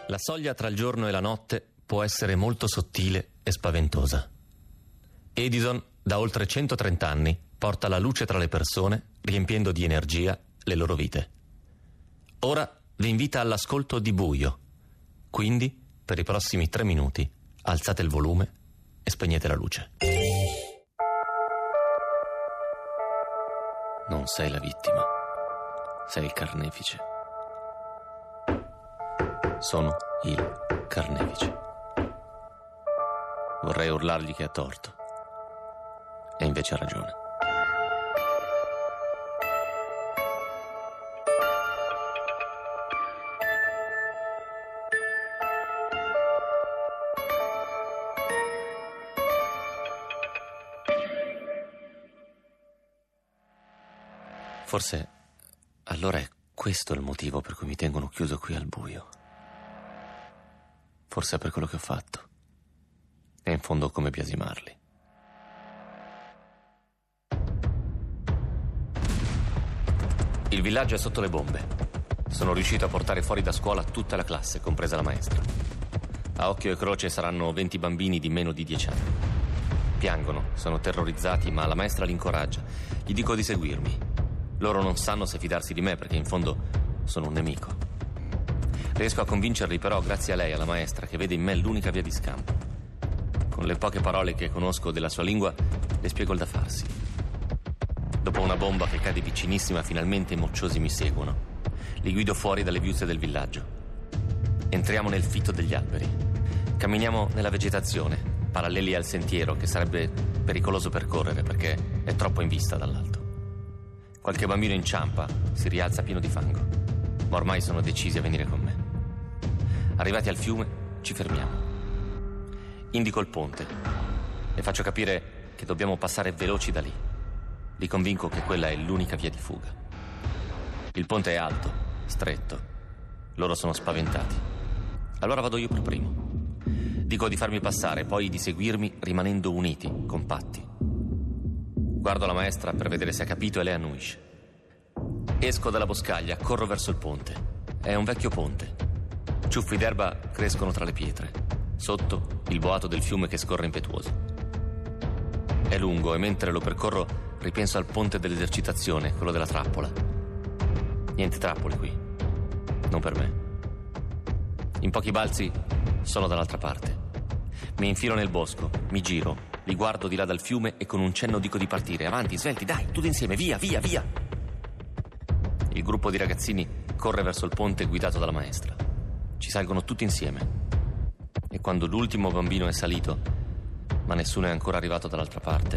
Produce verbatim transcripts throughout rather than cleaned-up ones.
La soglia tra il giorno e la notte può essere molto sottile e spaventosa. Edison, da oltre centotrenta anni, porta la luce tra le persone, riempiendo di energia le loro vite. Ora vi invita all'ascolto di Buio. Quindi, per i prossimi tre minuti, alzate il volume e spegnete la luce. Non sei la vittima, sei il carnefice. Sono il carnefice. Vorrei urlargli che ha torto, e invece ha ragione. Forse allora è questo il motivo per cui mi tengono chiuso qui al buio. Forse è per quello che ho fatto. E in fondo come biasimarli. Il villaggio è sotto le bombe. Sono riuscito a portare fuori da scuola tutta la classe, compresa la maestra. A occhio e croce saranno venti bambini di meno di dieci anni. Piangono, sono terrorizzati, ma la maestra li incoraggia. Gli dico di seguirmi. Loro non sanno se fidarsi di me, perché in fondo sono un nemico. Riesco a convincerli però grazie a lei, alla maestra, che vede in me l'unica via di scampo. Con le poche parole che conosco della sua lingua, le spiego il da farsi. Dopo una bomba che cade vicinissima, finalmente i mocciosi mi seguono. Li guido fuori dalle viuzze del villaggio. Entriamo nel fitto degli alberi. Camminiamo nella vegetazione, paralleli al sentiero, che sarebbe pericoloso percorrere perché è troppo in vista dall'alto. Qualche bambino inciampa, si rialza pieno di fango, ma ormai sono decisi a venire con me. Arrivati al fiume, ci fermiamo. Indico il ponte e faccio capire che dobbiamo passare veloci da lì. Li convinco che quella è l'unica via di fuga. Il ponte è alto, stretto. Loro sono spaventati. Allora vado io per primo. Dico di farmi passare, poi di seguirmi rimanendo uniti, compatti. Guardo la maestra per vedere se ha capito e lei annuisce. Esco dalla boscaglia, corro verso il ponte. È un vecchio ponte. Ciuffi d'erba crescono tra le pietre. Sotto il boato del fiume che scorre impetuoso. È lungo e mentre lo percorro ripenso al ponte dell'esercitazione, quello della trappola. Niente trappole qui. Non per me. In pochi balzi sono dall'altra parte. Mi infilo nel bosco, mi giro. Li guardo di là dal fiume e con un cenno dico di partire. Avanti, svelti, dai, tutti insieme, via, via, via. Il gruppo di ragazzini corre verso il ponte guidato dalla maestra. Ci salgono tutti insieme. E quando l'ultimo bambino è salito, ma nessuno è ancora arrivato dall'altra parte,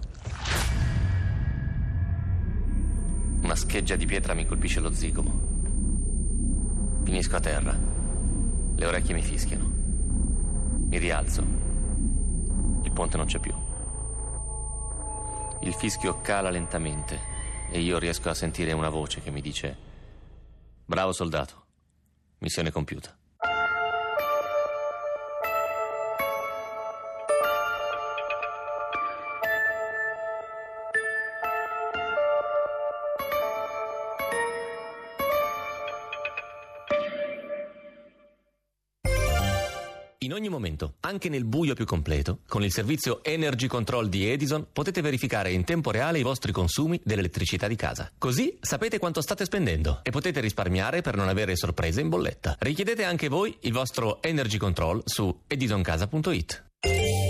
una scheggia di pietra mi colpisce lo zigomo. Finisco a terra. Le orecchie mi fischiano. Mi rialzo. Il ponte non c'è più. Il fischio cala lentamente e io riesco a sentire una voce che mi dice: bravo soldato, missione compiuta. In ogni momento, anche nel buio più completo, con il servizio Energy Control di Edison potete verificare in tempo reale i vostri consumi dell'elettricità di casa. Così sapete quanto state spendendo e potete risparmiare per non avere sorprese in bolletta. Richiedete anche voi il vostro Energy Control su edison casa punto it.